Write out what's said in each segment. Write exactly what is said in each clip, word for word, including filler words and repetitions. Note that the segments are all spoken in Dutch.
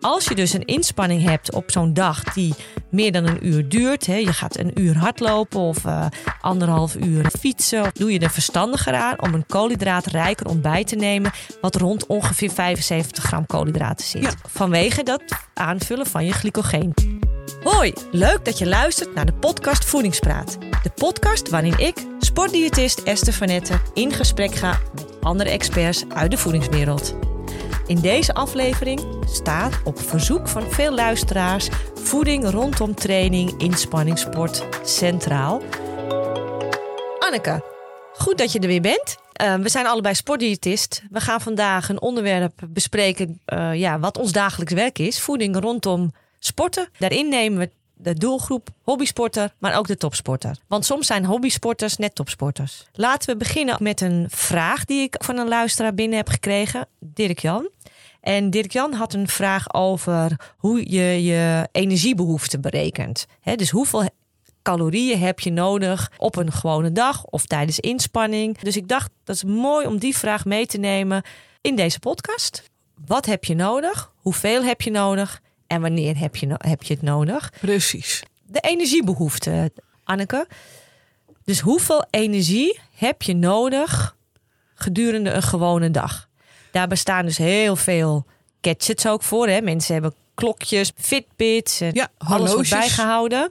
Als je dus een inspanning hebt op zo'n dag die meer dan een uur duurt. Hè, je gaat een uur hardlopen of uh, anderhalf uur fietsen. Of doe je er verstandiger aan om een koolhydraatrijker ontbijt te nemen. Wat rond ongeveer vijfenzeventig gram koolhydraten zit. Ja. Vanwege dat aanvullen van je glycogeen. Hoi, leuk dat je luistert naar de podcast Voedingspraat. De podcast waarin ik, sportdiëtist Esther van Etten, in gesprek ga met andere experts uit de voedingswereld. In deze aflevering staat op verzoek van veel luisteraars voeding rondom training, inspanning, sport centraal. Anneke, goed dat je er weer bent. Uh, we zijn allebei sportdiëtist. We gaan vandaag een onderwerp bespreken uh, ja, wat ons dagelijks werk is. Voeding rondom sporten. Daarin nemen we de doelgroep hobbysporter, maar ook de topsporter. Want soms zijn hobbysporters net topsporters. Laten we beginnen met een vraag die ik van een luisteraar binnen heb gekregen. Dirk-Jan. En Dirk-Jan had een vraag over hoe je je energiebehoefte berekent. He, dus hoeveel calorieën heb je nodig op een gewone dag of tijdens inspanning. Dus ik dacht, dat is mooi om die vraag mee te nemen in deze podcast. Wat heb je nodig? Hoeveel heb je nodig? En wanneer heb je, heb je het nodig? Precies. De energiebehoefte, Anneke. Dus hoeveel energie heb je nodig gedurende een gewone dag? Daar bestaan dus heel veel gadgets ook voor. Hè? Mensen hebben klokjes, Fitbits en ja, alles wordt bijgehouden.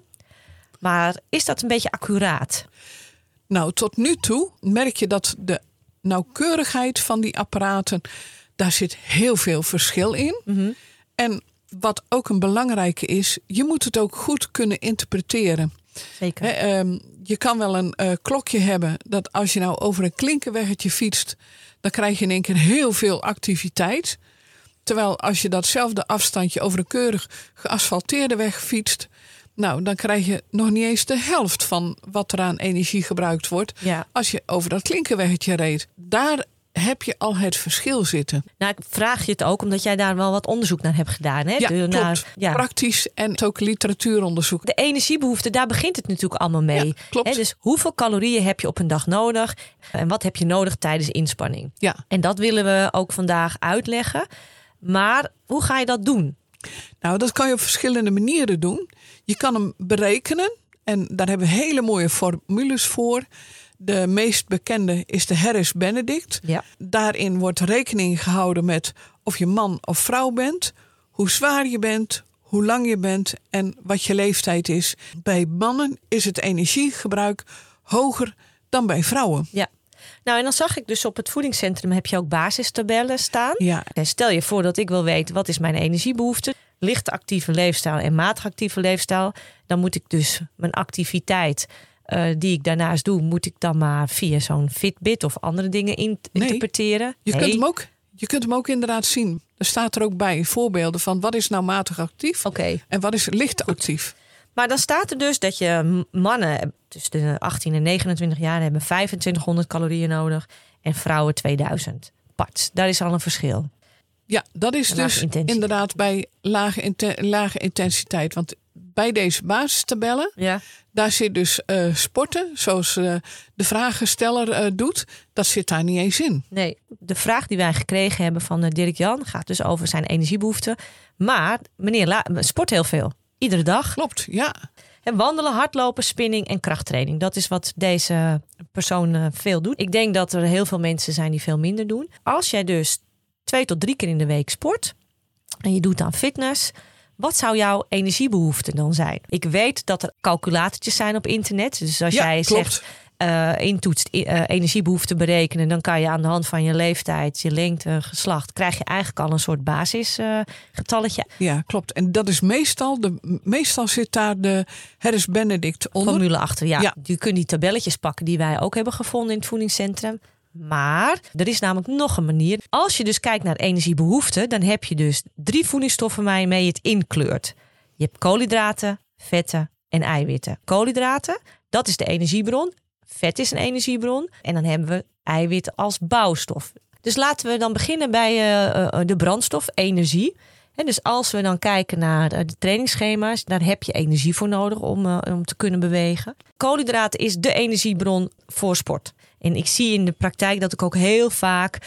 Maar is dat een beetje accuraat? Nou, tot nu toe merk je dat de nauwkeurigheid van die apparaten, daar zit heel veel verschil in. Mm-hmm. En wat ook een belangrijke is, je moet het ook goed kunnen interpreteren. Zeker. He, um, je kan wel een uh, klokje hebben dat als je nou over een klinkerweggetje fietst, dan krijg je in één keer heel veel activiteit. Terwijl als je datzelfde afstandje over een keurig geasfalteerde weg fietst, nou, dan krijg je nog niet eens de helft van wat er aan energie gebruikt wordt. Ja. Als je over dat klinkerweggetje reed. Daar heb je al het verschil zitten. Nou, ik vraag je het ook omdat jij daar wel wat onderzoek naar hebt gedaan. Hè? Ja, de, klopt. Naar, ja. Praktisch en ook literatuuronderzoek. De energiebehoefte, daar begint het natuurlijk allemaal mee. Ja, klopt. Hè? Dus hoeveel calorieën heb je op een dag nodig? En wat heb je nodig tijdens inspanning? Ja. En dat willen we ook vandaag uitleggen. Maar hoe ga je dat doen? Nou, dat kan je op verschillende manieren doen. Je kan hem berekenen. En daar hebben we hele mooie formules voor. De meest bekende is de Harris-Benedict. Ja. Daarin wordt rekening gehouden met of je man of vrouw bent, hoe zwaar je bent, hoe lang je bent en wat je leeftijd is. Bij mannen is het energiegebruik hoger dan bij vrouwen. Ja. Nou, en dan zag ik dus op het voedingscentrum heb je ook basistabellen staan. Ja. En stel je voor dat ik wil weten wat is mijn energiebehoefte. Licht actieve leefstijl en matig actieve leefstijl. Dan moet ik dus mijn activiteit Uh, die ik daarnaast doe, moet ik dan maar via zo'n Fitbit of andere dingen in- nee, interpreteren? Je, nee. kunt hem ook, je kunt hem ook inderdaad zien. Er staat er ook bij voorbeelden van wat is nou matig actief okay. en wat is licht Goed. actief. Maar dan staat er dus dat je mannen tussen de achttien en negenentwintig jaar hebben vijfentwintighonderd calorieën nodig en vrouwen tweeduizend. Pats, daar is al een verschil. Ja, dat is dus inderdaad bij lage, inten- lage intensiteit. Want bij deze basistabellen, ja. daar zit dus uh, sporten, zoals uh, de vragensteller uh, doet, dat zit daar niet eens in. Nee, de vraag die wij gekregen hebben van uh, Dirk-Jan gaat dus over zijn energiebehoeften. Maar meneer la- sport heel veel, iedere dag. Klopt, ja. En wandelen, hardlopen, spinning en krachttraining. Dat is wat deze persoon uh, veel doet. Ik denk dat er heel veel mensen zijn die veel minder doen. Als jij dus twee tot drie keer in de week sport en je doet aan fitness, wat zou jouw energiebehoefte dan zijn? Ik weet dat er calculatortjes zijn op internet. Dus als ja, jij klopt. zegt uh, intoetst uh, energiebehoefte berekenen, dan kan je aan de hand van je leeftijd, je lengte, geslacht, krijg je eigenlijk al een soort basisgetalletje. Uh, ja, klopt. En dat is meestal, de, meestal zit daar de Harris-Benedict onder. Formule achter, ja. ja. Je kunt die tabelletjes pakken die wij ook hebben gevonden in het voedingscentrum. Maar er is namelijk nog een manier. Als je dus kijkt naar energiebehoeften, dan heb je dus drie voedingsstoffen waarmee je het inkleurt. Je hebt koolhydraten, vetten en eiwitten. Koolhydraten, dat is de energiebron. Vet is een energiebron. En dan hebben we eiwitten als bouwstof. Dus laten we dan beginnen bij uh, de brandstof, energie. En dus als we dan kijken naar de trainingsschema's, daar heb je energie voor nodig om, uh, om te kunnen bewegen. Koolhydraten is de energiebron voor sport. En ik zie in de praktijk dat ik ook heel vaak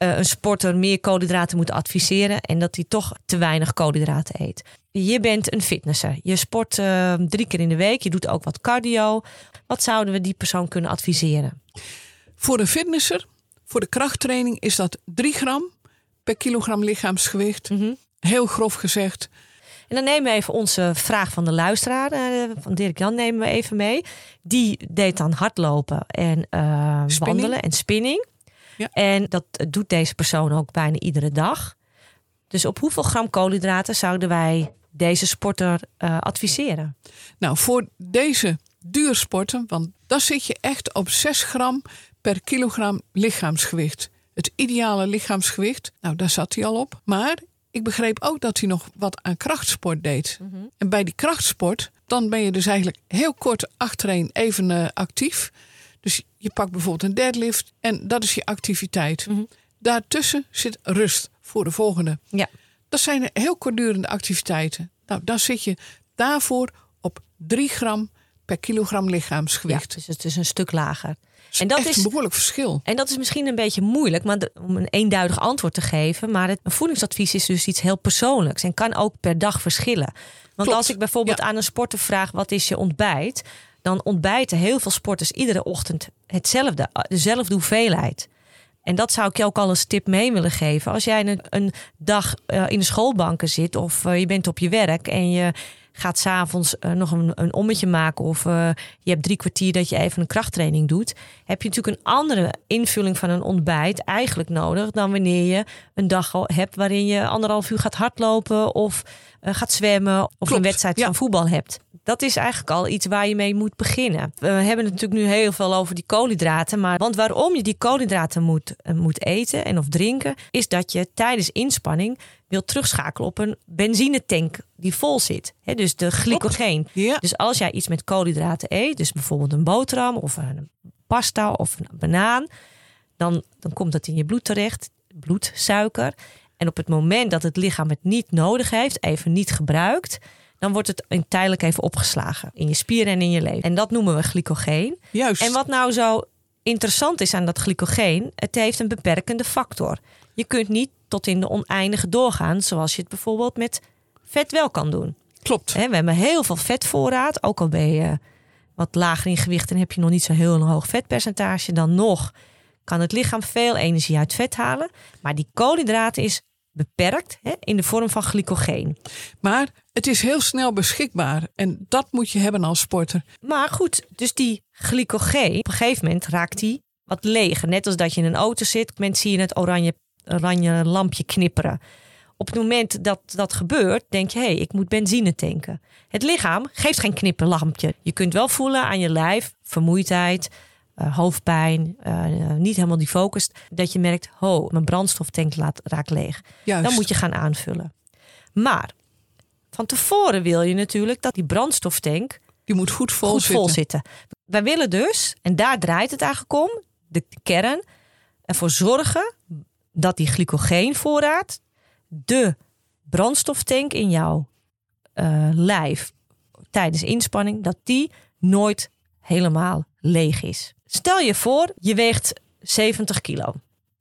uh, een sporter meer koolhydraten moet adviseren en dat hij toch te weinig koolhydraten eet. Je bent een fitnesser. Je sport uh, drie keer in de week. Je doet ook wat cardio. Wat zouden we die persoon kunnen adviseren? Voor een fitnesser, voor de krachttraining is dat drie gram per kilogram lichaamsgewicht. Mm-hmm. Heel grof gezegd. En dan nemen we even onze vraag van de luisteraar. Uh, van Dirk Jan nemen we even mee. Die deed dan hardlopen en uh, wandelen en spinning. Ja. En dat doet deze persoon ook bijna iedere dag. Dus op hoeveel gram koolhydraten zouden wij deze sporter uh, adviseren? Nou, voor deze duursporten, want daar zit je echt op zes gram per kilogram lichaamsgewicht. Het ideale lichaamsgewicht, nou daar zat hij al op. Maar ik begreep ook dat hij nog wat aan krachtsport deed. Mm-hmm. En bij die krachtsport, dan ben je dus eigenlijk heel kort achtereen even uh, actief. Dus je pakt bijvoorbeeld een deadlift en dat is je activiteit. Mm-hmm. Daartussen zit rust voor de volgende. Ja. Dat zijn heel kortdurende activiteiten. Nou, dan zit je daarvoor op drie gram per kilogram lichaamsgewicht. Ja, dus het is een stuk lager. En dat is een behoorlijk verschil. En dat is misschien een beetje moeilijk maar de, om een eenduidig antwoord te geven. Maar het, een voedingsadvies is dus iets heel persoonlijks en kan ook per dag verschillen. Want Klopt. Als ik bijvoorbeeld ja. aan een sporter vraag wat is je ontbijt, dan ontbijten heel veel sporters iedere ochtend hetzelfde, dezelfde hoeveelheid. En dat zou ik je ook al als tip mee willen geven. Als jij een, een dag uh, in de schoolbanken zit of uh, je bent op je werk en je gaat 's avonds uh, nog een, een ommetje maken of uh, je hebt drie kwartier dat je even een krachttraining doet, heb je natuurlijk een andere invulling van een ontbijt eigenlijk nodig dan wanneer je een dag hebt waarin je anderhalf uur gaat hardlopen of uh, gaat zwemmen of Klopt, een wedstrijd ja. van voetbal hebt. Dat is eigenlijk al iets waar je mee moet beginnen. We hebben het natuurlijk nu heel veel over die koolhydraten. Maar want waarom je die koolhydraten moet, uh, moet eten en of drinken, is dat je tijdens inspanning wil terugschakelen op een benzinetank die vol zit. He, dus de glycogeen. Ja. Dus als jij iets met koolhydraten eet, dus bijvoorbeeld een boterham of een pasta of een banaan, dan, dan komt dat in je bloed terecht, bloedsuiker. En op het moment dat het lichaam het niet nodig heeft, even niet gebruikt, dan wordt het tijdelijk even opgeslagen in je spieren en in je lever. En dat noemen we glycogeen. Juist. En wat nou zo interessant is aan dat glycogeen, het heeft een beperkende factor. Je kunt niet tot in de oneindige doorgaan, zoals je het bijvoorbeeld met vet wel kan doen. Klopt. He, we hebben heel veel vetvoorraad, ook al ben je wat lager in gewicht en heb je nog niet zo heel een hoog vetpercentage, dan nog kan het lichaam veel energie uit vet halen. Maar die koolhydraten is beperkt he, in de vorm van glycogeen. Maar het is heel snel beschikbaar en dat moet je hebben als sporter. Maar goed, dus die glycogeen, op een gegeven moment raakt die wat leger. Net als dat je in een auto zit, op het moment zie je het oranje, oranje lampje knipperen. Op het moment dat dat gebeurt, denk je, hé, hey, ik moet benzine tanken. Het lichaam geeft geen knipperlampje. Je kunt wel voelen aan je lijf, vermoeidheid, uh, hoofdpijn, uh, niet helemaal die focus, dat je merkt, ho, mijn brandstoftank laat, raakt leeg. Juist. Dan moet je gaan aanvullen. Maar van tevoren wil je natuurlijk dat die brandstoftank die moet goed vol, goed zitten. vol zitten. Wij willen dus, en daar draait het eigenlijk om, de kern, ervoor zorgen dat die glycogeenvoorraad, de brandstoftank in jouw uh, lijf tijdens inspanning, dat die nooit helemaal leeg is. Stel je voor, je weegt zeventig kilo.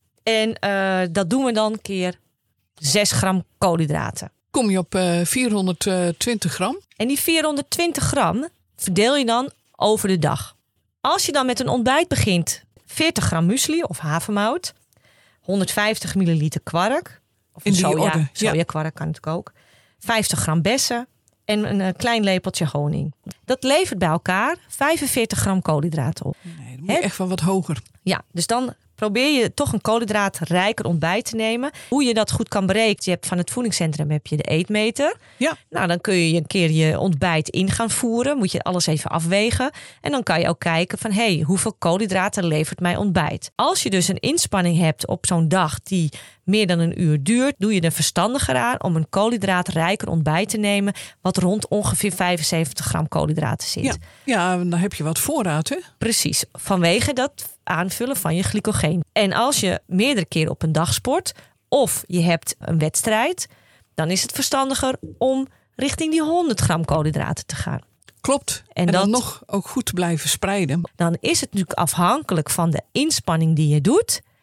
En uh, dat doen we dan keer zes gram koolhydraten. Kom je op uh, vierhonderdtwintig gram. En die vierhonderdtwintig gram verdeel je dan over de dag. Als je dan met een ontbijt begint, veertig gram muesli of havermout, honderdvijftig milliliter kwark, of in die soja, orde. sojakwark kan het ook, vijftig gram bessen en een, een klein lepeltje honing. Dat levert bij elkaar vijfenveertig gram koolhydraten op. Nee, dat moet He? echt wel wat hoger. Ja, dus dan probeer je toch een koolhydraatrijker ontbijt te nemen. Hoe je dat goed kan berekenen. Je hebt van het voedingscentrum heb je de eetmeter. Ja. Nou, dan kun je een keer je ontbijt in gaan voeren. Moet je alles even afwegen. En dan kan je ook kijken van, hé, hey, hoeveel koolhydraten levert mijn ontbijt? Als je dus een inspanning hebt op zo'n dag die meer dan een uur duurt, doe je er verstandiger aan om een koolhydraatrijker ontbijt te nemen, wat rond ongeveer vijfenzeventig gram koolhydraten zit. Ja, ja, dan heb je wat voorraad, hè? Precies, vanwege dat aanvullen van je glycogeen. En als je meerdere keren op een dag sport of je hebt een wedstrijd, dan is het verstandiger om richting die honderd gram koolhydraten te gaan. Klopt. En, en dat, dan nog ook goed te blijven spreiden. Dan is het natuurlijk afhankelijk van de inspanning die je doet.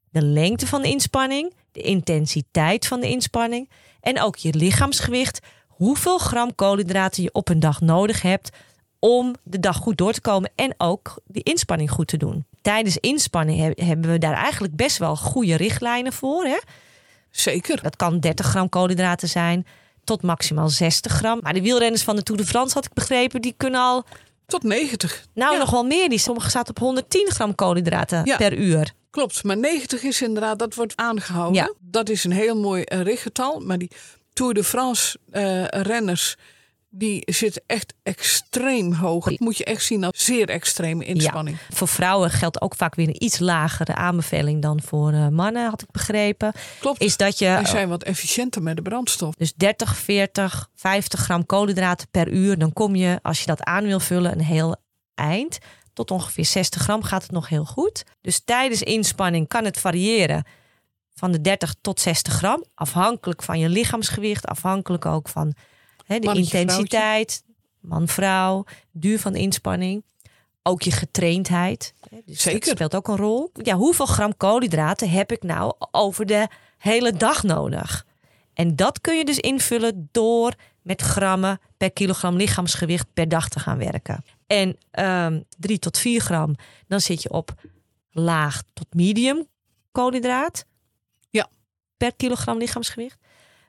de lengte van de inspanning, de intensiteit van de inspanning en ook je lichaamsgewicht. Hoeveel gram koolhydraten je op een dag nodig hebt om de dag goed door te komen en ook die inspanning goed te doen. Tijdens inspanning hebben we daar eigenlijk best wel goede richtlijnen voor. Hè? Zeker. Dat kan dertig gram koolhydraten zijn tot maximaal zestig gram. Maar de wielrenners van de Tour de France, had ik begrepen, die kunnen al tot negentig. Nou, ja. nog wel meer. Die sommigen staat op honderdtien gram koolhydraten ja. per uur. Klopt, maar negentig is inderdaad, dat wordt aangehouden. Ja. Dat is een heel mooi uh, richtgetal. Maar die Tour de France uh, renners, die zitten echt extreem hoog. Dat moet je echt zien als zeer extreme inspanning. Ja. Voor vrouwen geldt ook vaak weer een iets lagere aanbeveling dan voor uh, mannen, had ik begrepen. Klopt, is dat je, die zijn wat efficiënter met de brandstof. Dus dertig, veertig, vijftig gram koolhydraten per uur. Dan kom je, als je dat aan wil vullen, een heel eind. Tot ongeveer zestig gram gaat het nog heel goed. Dus tijdens inspanning kan het variëren van de dertig tot zestig gram. Afhankelijk van je lichaamsgewicht. Afhankelijk ook van he, de Mannetje, intensiteit. Man-vrouw. Duur van de inspanning. Ook je getraindheid. Dus Zeker. Dat speelt ook een rol. Ja, hoeveel gram koolhydraten heb ik nou over de hele dag nodig? En dat kun je dus invullen door met grammen per kilogram lichaamsgewicht per dag te gaan werken. En um, drie tot vier gram, dan zit je op laag tot medium koolhydraat. Ja. Per kilogram lichaamsgewicht.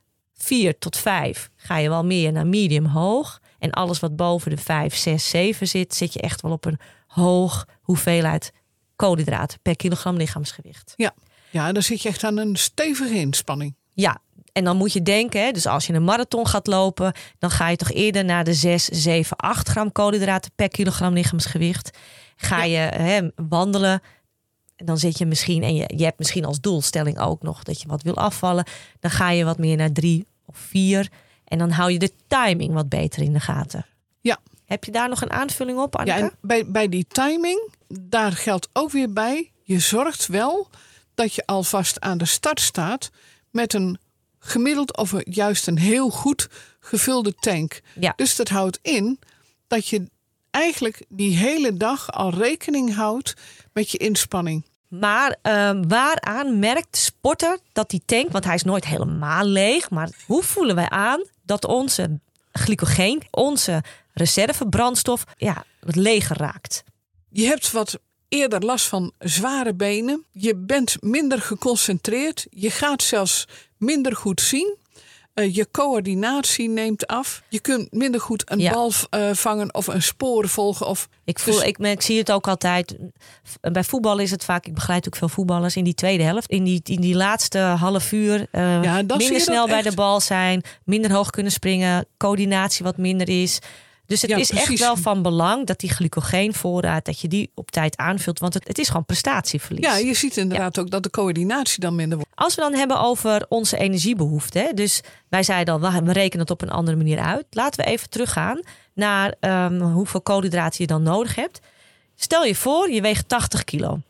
vier tot vijf ga je wel meer naar medium hoog. En alles wat boven de vijf, zes, zeven zit, zit je echt wel op een hoog hoeveelheid koolhydraten per kilogram lichaamsgewicht. Ja, ja, dan zit je echt aan een stevige inspanning. Ja. En dan moet je denken, hè, dus als je een marathon gaat lopen, dan ga je toch eerder naar de zes, zeven, acht gram koolhydraten per kilogram lichaamsgewicht. Ga je ja. hè, wandelen, dan zit je misschien, en je, je hebt misschien als doelstelling ook nog dat je wat wil afvallen. Dan ga je wat meer naar drie of vier. En dan hou je de timing wat beter in de gaten. Ja. Heb je daar nog een aanvulling op, Anneke? Ja, en bij, bij die timing, daar geldt ook weer bij, je zorgt wel dat je alvast aan de start staat met een gemiddeld of juist een heel goed gevulde tank. Ja. Dus dat houdt in dat je eigenlijk die hele dag al rekening houdt met je inspanning. Maar uh, waaraan merkt de sporter dat die tank, want hij is nooit helemaal leeg, maar hoe voelen wij aan dat onze glycogeen, onze reservebrandstof, ja, het leger raakt? Je hebt wat eerder last van zware benen. Je bent minder geconcentreerd. Je gaat zelfs minder goed zien. Uh, je coördinatie neemt af. Je kunt minder goed een ja. bal uh, vangen of een spoor volgen. Of, ik, voel, dus... ik, ik zie het ook altijd. Bij voetbal is het vaak, ik begeleid ook veel voetballers in die tweede helft. In die, in die laatste half uur uh, ja, minder snel bij echt. de bal zijn. Minder hoog kunnen springen. Coördinatie wat minder is. Dus het ja, is precies. echt wel van belang dat die glycogeenvoorraad, dat je die op tijd aanvult. Want het, het is gewoon prestatieverlies. Ja, je ziet inderdaad ja. ook dat de coördinatie dan minder wordt. Als we dan hebben over onze energiebehoeften. Hè, dus wij zeiden al, we rekenen het op een andere manier uit. Laten we even teruggaan naar um, hoeveel koolhydraten je dan nodig hebt. Stel je voor, je weegt tachtig kilo.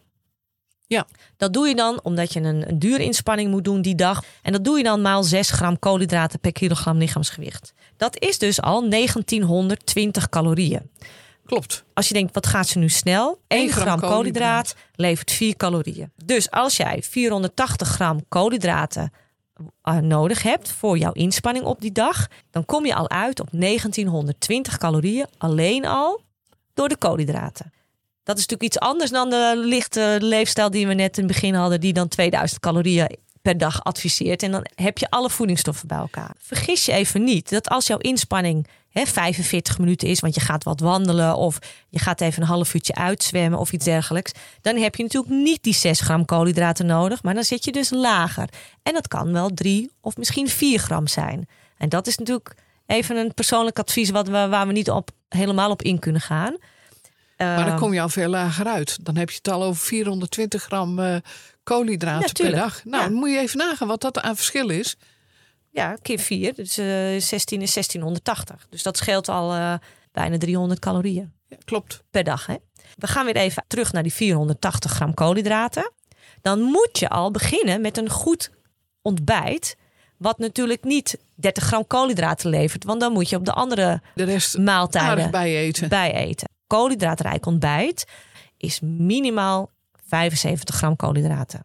Ja. Dat doe je dan omdat je een, een dure inspanning moet doen die dag. En dat doe je dan maal zes gram koolhydraten per kilogram lichaamsgewicht. Dat is dus al negentienhonderdtwintig calorieën. Klopt. Als je denkt, wat gaat ze nu snel? één gram, gram koolhydraat levert vier calorieën. Dus als jij vierhonderdtachtig gram koolhydraten uh, nodig hebt voor jouw inspanning op die dag, dan kom je al uit op negentienhonderdtwintig calorieën alleen al door de koolhydraten. Dat is natuurlijk iets anders dan de lichte leefstijl die we net in het begin hadden, die dan tweeduizend calorieën per dag adviseert. En dan heb je alle voedingsstoffen bij elkaar. Vergis je even niet dat als jouw inspanning hè, vijfenveertig minuten is, want je gaat wat wandelen of je gaat even een half uurtje uitzwemmen of iets dergelijks, dan heb je natuurlijk niet die zes gram koolhydraten nodig, maar dan zit je dus lager. En dat kan wel drie of misschien vier gram zijn. En dat is natuurlijk even een persoonlijk advies wat we, waar we niet op, helemaal op in kunnen gaan. Maar dan kom je al veel lager uit. Dan heb je het al over vierhonderdtwintig gram uh, koolhydraten ja, per dag. Nou, ja. dan moet je even nagaan wat dat aan verschil is. Ja, keer vier. Dus uh, zestien is zestienhonderdtachtig. Dus dat scheelt al uh, bijna driehonderd calorieën. Ja, klopt. Per dag. Hè? We gaan weer even terug naar die vierhonderdtachtig gram koolhydraten. Dan moet je al beginnen met een goed ontbijt. Wat natuurlijk niet dertig gram koolhydraten levert. Want dan moet je op de andere de rest maaltijden bijeten. bijeten. Koolhydraatrijk ontbijt is minimaal vijfenzeventig gram koolhydraten.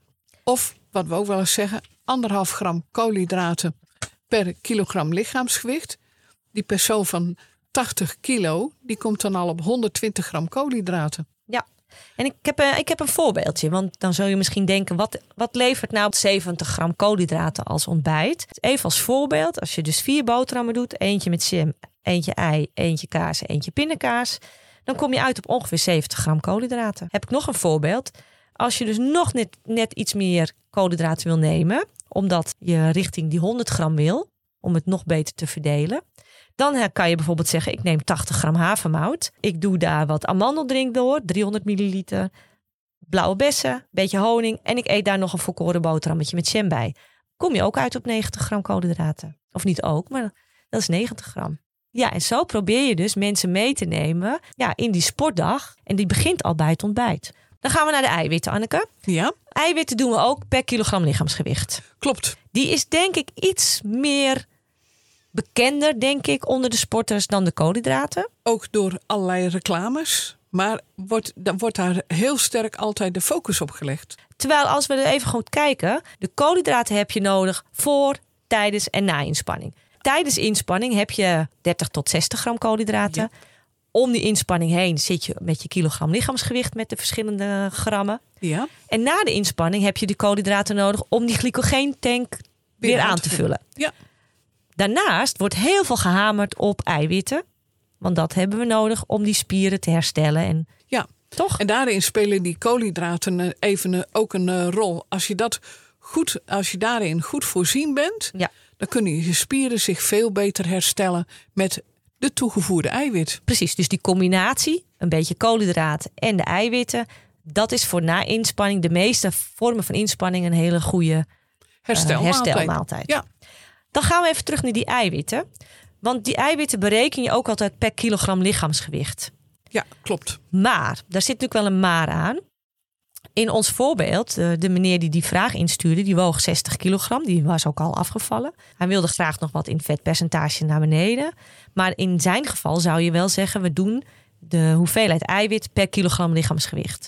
Of, wat we ook wel eens zeggen, anderhalf gram koolhydraten per kilogram lichaamsgewicht. Die persoon van tachtig kilo, die komt dan al op honderdtwintig gram koolhydraten. Ja, en ik heb, uh, ik heb een voorbeeldje. Want dan zul je misschien denken, wat, wat levert nou zeventig gram koolhydraten als ontbijt? Even als voorbeeld, als je dus vier boterhammen doet. Eentje met jam, eentje ei, eentje kaas, eentje pindakaas. Dan kom je uit op ongeveer zeventig gram koolhydraten. Heb ik nog een voorbeeld. Als je dus nog net, net iets meer koolhydraten wil nemen, omdat je richting die honderd gram wil, om het nog beter te verdelen. Dan kan je bijvoorbeeld zeggen, ik neem tachtig gram havermout. Ik doe daar wat amandeldrink door, driehonderd milliliter. Blauwe bessen, beetje honing. En ik eet daar nog een volkoren boterhammetje met jam bij. Kom je ook uit op negentig gram koolhydraten. Of niet ook, maar dat is negentig gram. Ja, en zo probeer je dus mensen mee te nemen ja, in die sportdag. En die begint al bij het ontbijt. Dan gaan we naar de eiwitten, Anneke. Ja. Eiwitten doen we ook per kilogram lichaamsgewicht. Klopt. Die is denk ik iets meer bekender, denk ik, onder de sporters dan de koolhydraten. Ook door allerlei reclames. Maar wordt, dan wordt daar heel sterk altijd de focus op gelegd. Terwijl als we er even goed kijken, de koolhydraten heb je nodig voor, tijdens en na inspanning. Tijdens inspanning heb je dertig tot zestig gram koolhydraten. Ja. Om die inspanning heen zit je met je kilogram lichaamsgewicht met de verschillende grammen. Ja. En na de inspanning heb je die koolhydraten nodig om die glycogeentank weer, weer aan te vullen. Ja. Daarnaast wordt heel veel gehamerd op eiwitten. Want dat hebben we nodig om die spieren te herstellen. En, ja, toch? En daarin spelen die koolhydraten even ook een rol. Als je, dat goed, als je daarin goed voorzien bent, ja. dan kunnen je spieren zich veel beter herstellen met de toegevoerde eiwit. Precies, dus die combinatie, een beetje koolhydraten en de eiwitten, dat is voor na inspanning, de meeste vormen van inspanning, een hele goede herstelmaaltijd. Uh, herstelmaaltijd. Ja. Dan gaan we even terug naar die eiwitten. Want die eiwitten bereken je ook altijd per kilogram lichaamsgewicht. Ja, klopt. Maar, daar zit natuurlijk wel een maar aan. In ons voorbeeld, de meneer die die vraag instuurde, die woog zestig kilogram. Die was ook al afgevallen. Hij wilde graag nog wat in vetpercentage naar beneden. Maar in zijn geval zou je wel zeggen, we doen de hoeveelheid eiwit per kilogram lichaamsgewicht.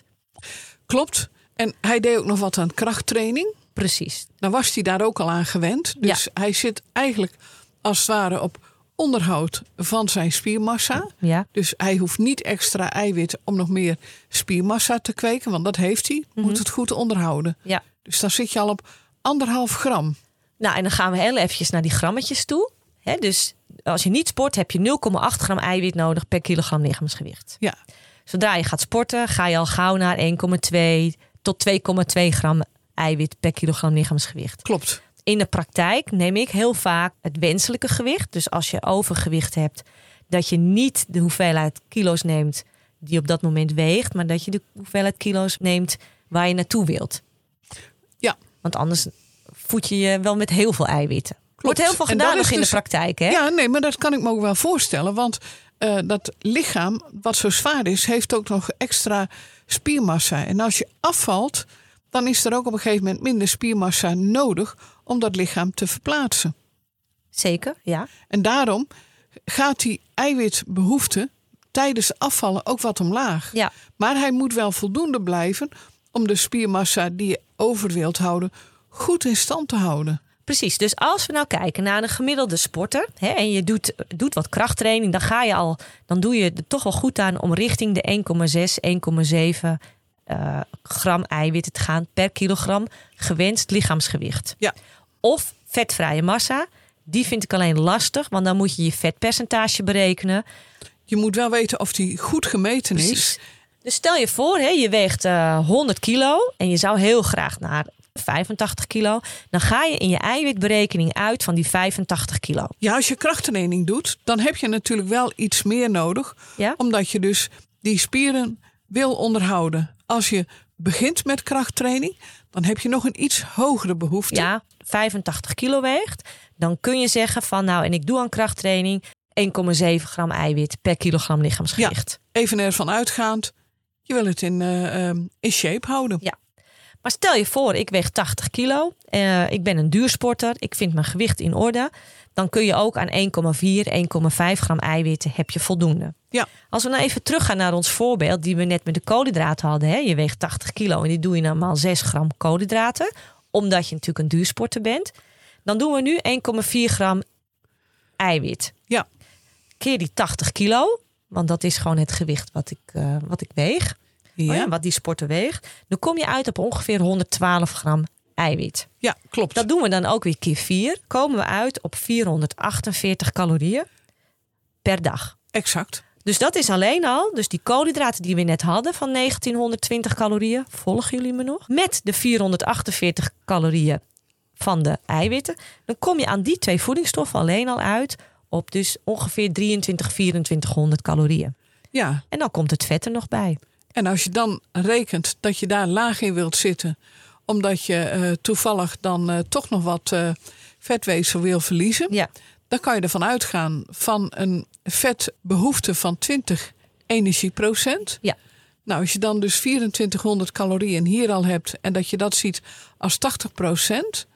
Klopt. En hij deed ook nog wat aan krachttraining. Precies. Dan was hij daar ook al aan gewend. Dus ja. hij zit eigenlijk als het ware op onderhoud van zijn spiermassa. Ja. Dus hij hoeft niet extra eiwit om nog meer spiermassa te kweken. Want dat heeft hij. Mm-hmm. Moet het goed onderhouden. Ja. Dus dan zit je al op anderhalf gram. Nou, en dan gaan we heel eventjes naar die grammetjes toe. He, dus als je niet sport, heb je nul komma acht gram eiwit nodig per kilogram lichaamsgewicht. Ja. Zodra je gaat sporten, ga je al gauw naar één komma twee tot twee komma twee gram eiwit per kilogram lichaamsgewicht. Klopt. In de praktijk neem ik heel vaak het wenselijke gewicht. Dus als je overgewicht hebt, dat je niet de hoeveelheid kilo's neemt die je op dat moment weegt, maar dat je de hoeveelheid kilo's neemt waar je naartoe wilt. Ja. Want anders voed je je wel met heel veel eiwitten. Klopt. Wordt heel veel gedaan nog in dus de praktijk, hè? Ja, nee, maar dat kan ik me ook wel voorstellen. Want uh, dat lichaam, wat zo zwaar is, heeft ook nog extra spiermassa. En als je afvalt, dan is er ook op een gegeven moment minder spiermassa nodig om dat lichaam te verplaatsen. Zeker, ja. En daarom gaat die eiwitbehoefte tijdens afvallen ook wat omlaag. Ja. Maar hij moet wel voldoende blijven om de spiermassa die je over wilt houden goed in stand te houden. Precies, dus als we nou kijken naar een gemiddelde sporter, hè, en je doet, doet wat krachttraining, dan ga je al, dan doe je er toch wel goed aan om richting de één komma zes, één komma zeven uh, gram eiwitten te gaan per kilogram gewenst lichaamsgewicht. Ja. Of vetvrije massa, die vind ik alleen lastig, want dan moet je je vetpercentage berekenen. Je moet wel weten of die goed gemeten Precies. is. Dus stel je voor, hè, je weegt uh, honderd kilo en je zou heel graag naar vijfentachtig kilo. Dan ga je in je eiwitberekening uit van die vijfentachtig kilo. Ja, als je krachttraining doet, dan heb je natuurlijk wel iets meer nodig. Ja? Omdat je dus die spieren wil onderhouden. Als je begint met krachttraining, dan heb je nog een iets hogere behoefte. Ja, vijfentachtig kilo weegt. Dan kun je zeggen van nou, en ik doe aan krachttraining één komma zeven gram eiwit per kilogram lichaamsgewicht. Ja, even ervan uitgaand, je wil het in, uh, um, in shape houden. Ja. Maar stel je voor, ik weeg tachtig kilo. Uh, ik ben een duursporter. Ik vind mijn gewicht in orde. Dan kun je ook aan één komma vier, één komma vijf gram eiwitten heb je voldoende. Ja. Als we nou even teruggaan naar ons voorbeeld die we net met de koolhydraten hadden. Hè? Je weegt tachtig kilo en die doe je normaal zes gram koolhydraten. Omdat je natuurlijk een duursporter bent. Dan doen we nu één komma vier gram eiwit. Ja. Keer die tachtig kilo. Want dat is gewoon het gewicht wat ik, uh, wat ik weeg. Ja. Oh ja, wat die sporter weegt. Dan kom je uit op ongeveer honderdtwaalf gram eiwit. Ja, klopt. Dat doen we dan ook weer keer vier. Komen we uit op vierhonderdachtenveertig calorieën per dag. Exact. Dus dat is alleen al, dus die koolhydraten die we net hadden van negentienhonderdtwintig calorieën. Volgen jullie me nog? Met de vierhonderdachtenveertig calorieën van de eiwitten. Dan kom je aan die twee voedingsstoffen alleen al uit op dus ongeveer drieëntwintig, vierentwintighonderd calorieën. Ja. En dan komt het vet er nog bij. En als je dan rekent dat je daar laag in wilt zitten, omdat je uh, toevallig dan uh, toch nog wat uh, vetweefsel wil verliezen, ja. dan kan je ervan uitgaan van een vetbehoefte van twintig energieprocent. Ja. Nou, als je dan dus vierentwintighonderd calorieën hier al hebt en dat je dat ziet als tachtig procent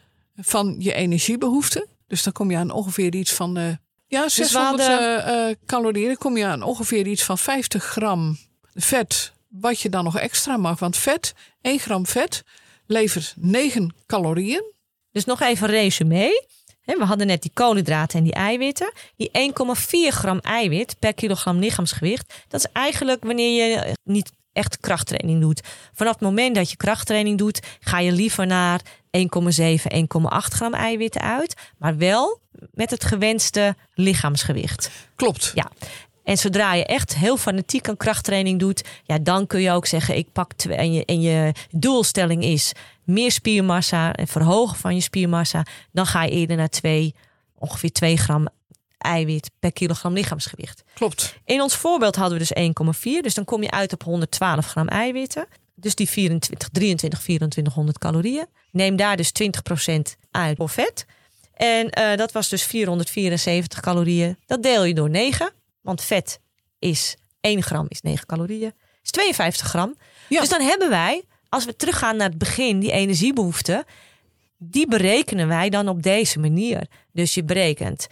van je energiebehoefte, dus dan kom je aan ongeveer iets van uh, ja, zeshonderd dus hadden... uh, calorieën, dan kom je aan ongeveer iets van vijftig gram vet, wat je dan nog extra mag. Want vet, één gram vet, levert negen calorieën. Dus nog even resume. We hadden net die koolhydraten en die eiwitten. Die één komma vier gram eiwit per kilogram lichaamsgewicht. Dat is eigenlijk wanneer je niet echt krachttraining doet. Vanaf het moment dat je krachttraining doet, ga je liever naar één komma zeven, één komma acht gram eiwitten uit. Maar wel met het gewenste lichaamsgewicht. Klopt. Ja. En zodra je echt heel fanatiek aan krachttraining doet, ja, dan kun je ook zeggen, ik pak twee, en je, en je doelstelling is meer spiermassa en verhogen van je spiermassa, dan ga je eerder naar twee, ongeveer twee gram eiwit per kilogram lichaamsgewicht. Klopt. In ons voorbeeld hadden we dus één komma vier, dus dan kom je uit op honderdtwaalf gram eiwitten. Dus die vierentwintig, drieëntwintig, vierentwintighonderd calorieën. Neem daar dus twintig procent uit voor vet. En uh, dat was dus vierhonderdvierenzeventig calorieën. Dat deel je door negen. Want vet is één gram is negen calorieën. Is tweeënvijftig gram. Ja. Dus dan hebben wij, als we teruggaan naar het begin, die energiebehoefte, die berekenen wij dan op deze manier. Dus je berekent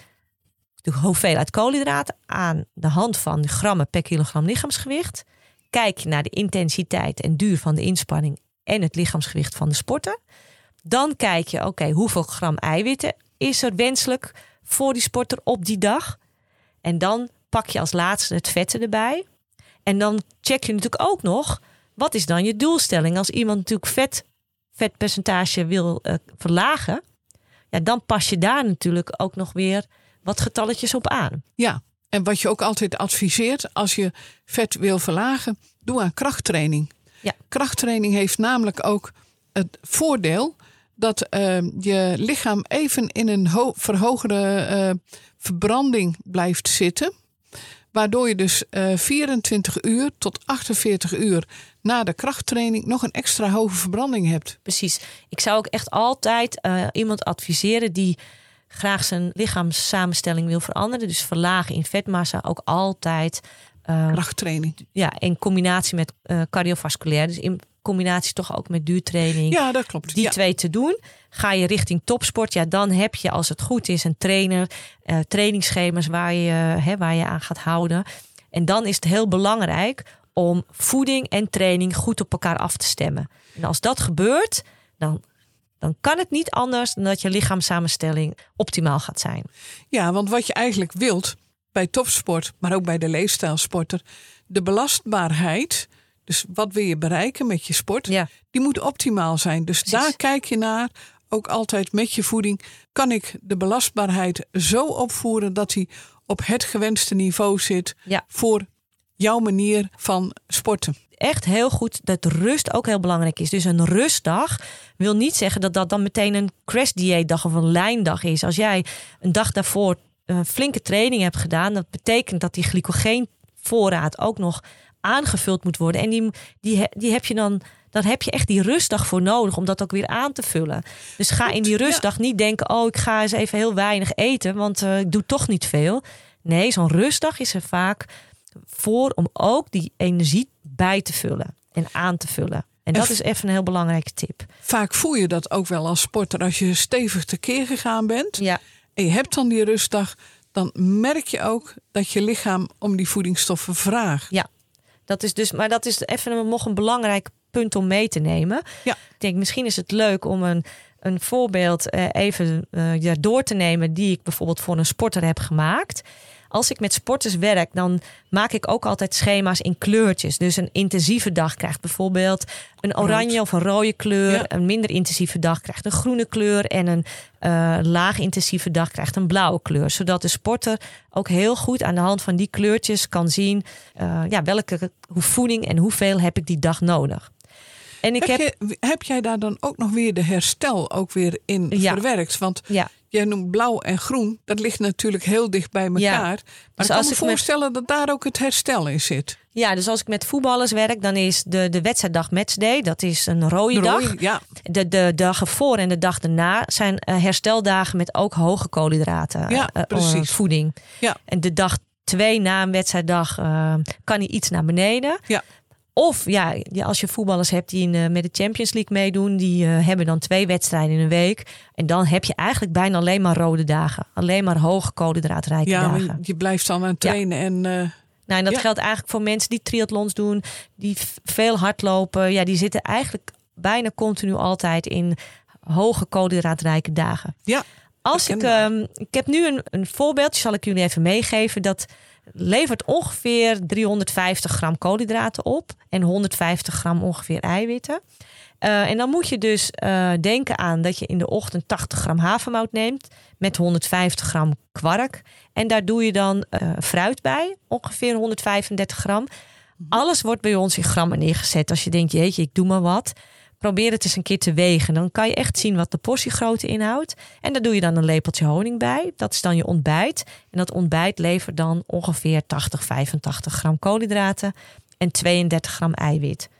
de hoeveelheid koolhydraten aan de hand van de grammen per kilogram lichaamsgewicht. Kijk je naar de intensiteit en duur van de inspanning en het lichaamsgewicht van de sporter. Dan kijk je, oké, okay, hoeveel gram eiwitten is er wenselijk voor die sporter op die dag? En dan pak je als laatste het vetten erbij. En dan check je natuurlijk ook nog, wat is dan je doelstelling? Als iemand natuurlijk vet, vetpercentage wil uh, verlagen, ja, dan pas je daar natuurlijk ook nog weer wat getalletjes op aan. Ja, en wat je ook altijd adviseert, als je vet wil verlagen, doe aan krachttraining. Ja. Krachttraining heeft namelijk ook het voordeel dat uh, je lichaam even in een ho- verhogende uh, verbranding blijft zitten. Waardoor je dus uh, vierentwintig uur tot achtenveertig uur na de krachttraining nog een extra hoge verbranding hebt. Precies. Ik zou ook echt altijd uh, iemand adviseren die graag zijn lichaamssamenstelling wil veranderen. Dus verlagen in vetmassa ook altijd. Uh, krachttraining. Ja, in combinatie met uh, cardiovasculair. Dus in combinatie toch ook met duurtraining. Ja, dat klopt. Die ja. twee te doen. Ga je richting topsport, ja, dan heb je, als het goed is, een trainer, uh, trainingsschema's waar je, uh, hè, waar je aan gaat houden. En dan is het heel belangrijk om voeding en training goed op elkaar af te stemmen. En als dat gebeurt, dan, dan kan het niet anders dan dat je lichaamssamenstelling optimaal gaat zijn. Ja, want wat je eigenlijk wilt bij topsport, maar ook bij de leefstijlsporter, de belastbaarheid, dus wat wil je bereiken met je sport, ja. die moet optimaal zijn. Dus Precies. Daar kijk je naar, ook altijd met je voeding. Kan ik de belastbaarheid zo opvoeren dat die op het gewenste niveau zit ja. voor jouw manier van sporten? Echt heel goed dat rust ook heel belangrijk is. Dus een rustdag wil niet zeggen dat dat dan meteen een crash-dieetdag of een lijndag is. Als jij een dag daarvoor een flinke training hebt gedaan, dat betekent dat die glycogeenvoorraad ook nog aangevuld moet worden. En die, die, die heb je dan, dan heb je echt die rustdag voor nodig om dat ook weer aan te vullen. Dus ga in die rustdag ja. niet denken, oh, ik ga eens even heel weinig eten, want uh, ik doe toch niet veel. Nee, zo'n rustdag is er vaak voor om ook die energie bij te vullen en aan te vullen. En dat is even een heel belangrijke tip. Vaak voel je dat ook wel als sporter als je stevig tekeer gegaan bent. Ja. En je hebt dan die rustdag. Dan merk je ook dat je lichaam om die voedingsstoffen vraagt. Ja, dat is dus, maar dat is even een, nog een belangrijk punt om mee te nemen. Ja. Ik denk, misschien is het leuk om een, een voorbeeld uh, even uh, ja, door te nemen die ik bijvoorbeeld voor een sporter heb gemaakt. Als ik met sporters werk, dan maak ik ook altijd schema's in kleurtjes. Dus een intensieve dag krijgt bijvoorbeeld een oranje Rood. of een rode kleur. Ja. Een minder intensieve dag krijgt een groene kleur. En een uh, laag intensieve dag krijgt een blauwe kleur. Zodat de sporter ook heel goed aan de hand van die kleurtjes kan zien uh, ja, welke hoe voeding en hoeveel heb ik die dag nodig. En ik heb, heb, je, heb jij daar dan ook nog weer de herstel ook weer in ja. verwerkt? Want ja. jij noemt blauw en groen. Dat ligt natuurlijk heel dicht bij elkaar. Ja. Maar dus ik kan me voorstellen met... dat daar ook het herstel in zit. Ja, dus als ik met voetballers werk, dan is de, de wedstrijddag matchday. Dat is een rode, de rode dag. Ja. De, de dagen voor en de dag daarna zijn uh, hersteldagen met ook hoge koolhydraten ja, uh, precies. voeding. Ja. En de dag twee na een wedstrijddag uh, kan hij iets naar beneden. Ja. Of ja, als je voetballers hebt die in, uh, met de Champions League meedoen, die uh, hebben dan twee wedstrijden in een week. En dan heb je eigenlijk bijna alleen maar rode dagen. Alleen maar hoge koolhydraatrijke ja, dagen. Ja, maar je blijft dan aan het trainen. Ja. En, uh, nou, en dat ja. geldt eigenlijk voor mensen die triathlons doen, die veel hardlopen. Ja, die zitten eigenlijk bijna continu altijd in hoge koolhydraatrijke dagen. Ja, Als ik, um, ik heb nu een, een voorbeeldje, zal ik jullie even meegeven. Dat levert ongeveer driehonderdvijftig gram koolhydraten op en honderdvijftig gram ongeveer eiwitten. Uh, en dan moet je dus uh, denken aan dat je in de ochtend tachtig gram havermout neemt met honderdvijftig gram kwark. En daar doe je dan uh, fruit bij, ongeveer honderdvijfendertig gram. Alles wordt bij ons in grammen neergezet. Als je denkt, jeetje, ik doe maar wat. Probeer het eens een keer te wegen. Dan kan je echt zien wat de portiegrootte inhoudt. En daar doe je dan een lepeltje honing bij. Dat is dan je ontbijt. En dat ontbijt levert dan ongeveer tachtig, vijfentachtig gram koolhydraten en tweeëndertig gram eiwit.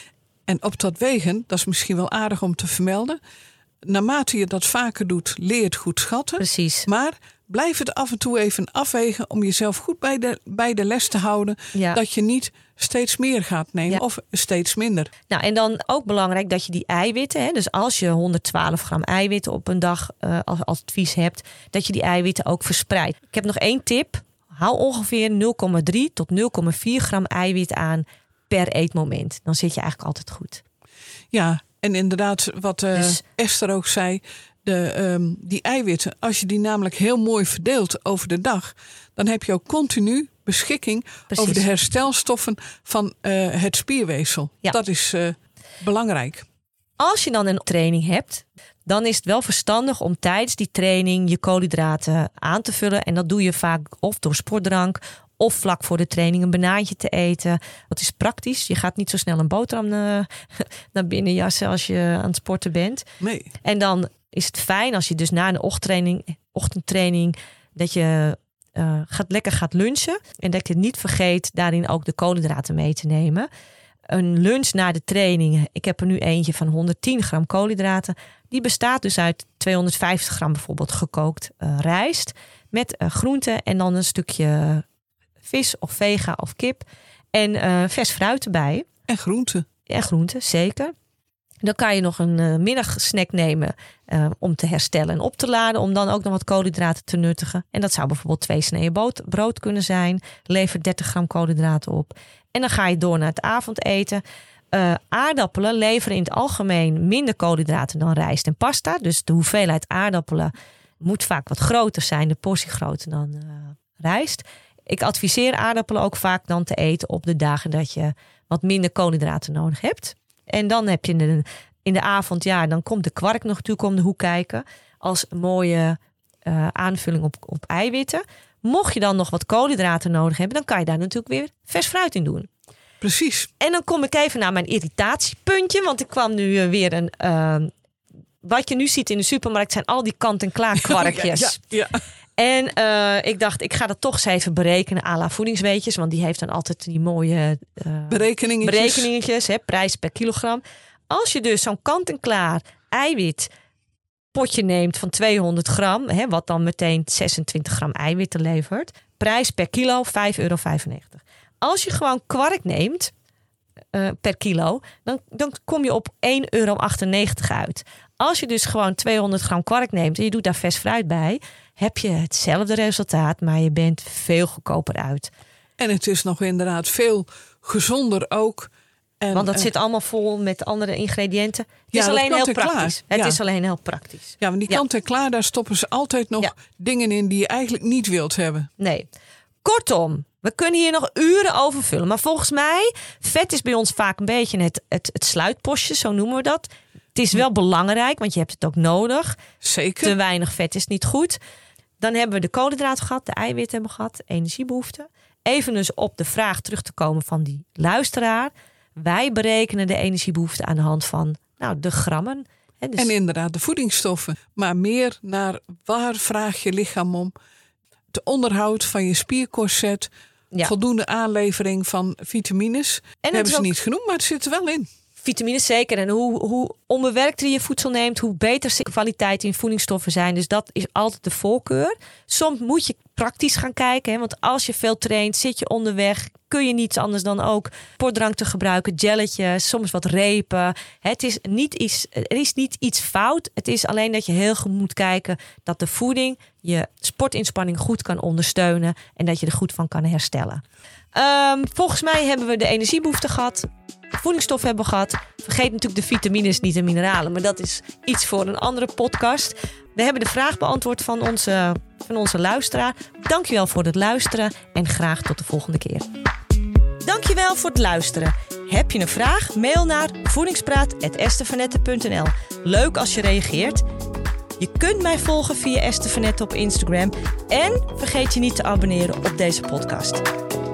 En op dat wegen, dat is misschien wel aardig om te vermelden. Naarmate je dat vaker doet, leer je het goed schatten. Precies. Maar blijf het af en toe even afwegen om jezelf goed bij de, bij de les te houden. Ja. Dat je niet steeds meer gaat nemen ja. of steeds minder. Nou, en dan ook belangrijk dat je die eiwitten, hè, dus als je honderdtwaalf gram eiwitten op een dag uh, als advies hebt, dat je die eiwitten ook verspreidt. Ik heb nog één tip. Hou ongeveer nul komma drie tot nul komma vier gram eiwit aan per eetmoment. Dan zit je eigenlijk altijd goed. Ja, en inderdaad wat uh, dus, Esther ook zei, de, um, die eiwitten, als je die namelijk heel mooi verdeelt over de dag, dan heb je ook continu beschikking Precies. over de herstelstoffen van uh, het spierweefsel. Ja. Dat is uh, belangrijk. Als je dan een training hebt, dan is het wel verstandig om tijdens die training je koolhydraten aan te vullen. En dat doe je vaak of door sportdrank of vlak voor de training een banaantje te eten. Dat is praktisch. Je gaat niet zo snel een boterham naar, naar binnen jassen als je aan het sporten bent. Nee. En dan is het fijn als je dus na een ochtendtraining, ochtendtraining dat je uh, gaat, lekker gaat lunchen. En dat je niet vergeet daarin ook de koolhydraten mee te nemen. Een lunch na de training. Ik heb er nu eentje van honderdtien gram koolhydraten. Die bestaat dus uit tweehonderdvijftig gram bijvoorbeeld gekookt uh, rijst. Met uh, groenten en dan een stukje vis of vega of kip. En uh, vers fruit erbij. En groenten. En groenten, zeker. Dan kan je nog een uh, middagsnack nemen uh, om te herstellen en op te laden. Om dan ook nog wat koolhydraten te nuttigen. En dat zou bijvoorbeeld twee sneeën brood kunnen zijn. Levert dertig gram koolhydraten op. En dan ga je door naar het avondeten. Uh, aardappelen leveren in het algemeen minder koolhydraten dan rijst en pasta. Dus de hoeveelheid aardappelen moet vaak wat groter zijn. De portiegrootte dan uh, rijst. Ik adviseer aardappelen ook vaak dan te eten op de dagen dat je wat minder koolhydraten nodig hebt. En dan heb je in de, in de avond, ja, dan komt de kwark nog natuurlijk om de hoek kijken. Als een mooie uh, aanvulling op, op eiwitten. Mocht je dan nog wat koolhydraten nodig hebben, dan kan je daar natuurlijk weer vers fruit in doen. Precies. En dan kom ik even naar mijn irritatiepuntje. Want ik kwam nu uh, weer een... Uh, wat je nu ziet in de supermarkt zijn al die kant-en-klaar kwarkjes. ja, ja, ja. En uh, ik dacht, ik ga dat toch eens even berekenen à la voedingsweetjes. Want die heeft dan altijd die mooie uh, berekeningetjes. berekeningetjes hè, prijs per kilogram. Als je dus zo'n kant-en-klaar eiwit potje neemt van tweehonderd gram. Hè, wat dan meteen zesentwintig gram eiwitten levert. Prijs per kilo vijf euro vijfennegentig. Als je gewoon kwark neemt. uh, per kilo. Dan, dan kom je op één euro achtennegentig uit. Als je dus gewoon tweehonderd gram kwark neemt en je doet daar vers fruit bij, heb je hetzelfde resultaat, maar je bent veel goedkoper uit. En het is nog inderdaad veel gezonder ook. En, Want dat en... zit allemaal vol met andere ingrediënten. Het ja, is alleen heel praktisch. Klaar. Het ja. is alleen heel praktisch. Ja, want die ja. kant en klaar, daar stoppen ze altijd nog ja. dingen in die je eigenlijk niet wilt hebben. Nee. Kortom, we kunnen hier nog uren over vullen. Maar volgens mij, vet is bij ons vaak een beetje het, het, het sluitpostje, zo noemen we dat. Het is wel belangrijk, want je hebt het ook nodig. Zeker. Te weinig vet is niet goed. Dan hebben we de koolhydraten gehad, de eiwitten hebben we gehad, de energiebehoeften. Even dus op de vraag terug te komen van die luisteraar. Wij berekenen de energiebehoefte aan de hand van nou, de grammen. Hè, dus... En inderdaad de voedingsstoffen. Maar meer naar waar vraag je lichaam om. Het onderhoud van je spiercorset. Ja. Voldoende aanlevering van vitamines. En hebben ze ook... niet genoemd, maar het zit er wel in. Vitamines zeker. En hoe, hoe onbewerkter je voedsel neemt, hoe beter de kwaliteit in voedingsstoffen zijn. Dus dat is altijd de voorkeur. Soms moet je praktisch gaan kijken. Hè? Want als je veel traint, zit je onderweg. Kun je niets anders dan ook sportdrank te gebruiken. Jelletjes, soms wat repen. Het is niet iets, er is niet iets fout. Het is alleen dat je heel goed moet kijken dat de voeding je sportinspanning goed kan ondersteunen. En dat je er goed van kan herstellen. Um, volgens mij hebben we de energiebehoefte gehad. Voedingsstoffen hebben we gehad. Vergeet natuurlijk de vitamines, niet de mineralen. Maar dat is iets voor een andere podcast. We hebben de vraag beantwoord van onze, van onze luisteraar. Dankjewel voor het luisteren. En graag tot de volgende keer. Dankjewel voor het luisteren. Heb je een vraag? Mail naar voedingspraat apenstaartje esther van netten punt n l. Leuk als je reageert. Je kunt mij volgen via Esther van Netten op Instagram. En vergeet je niet te abonneren op deze podcast.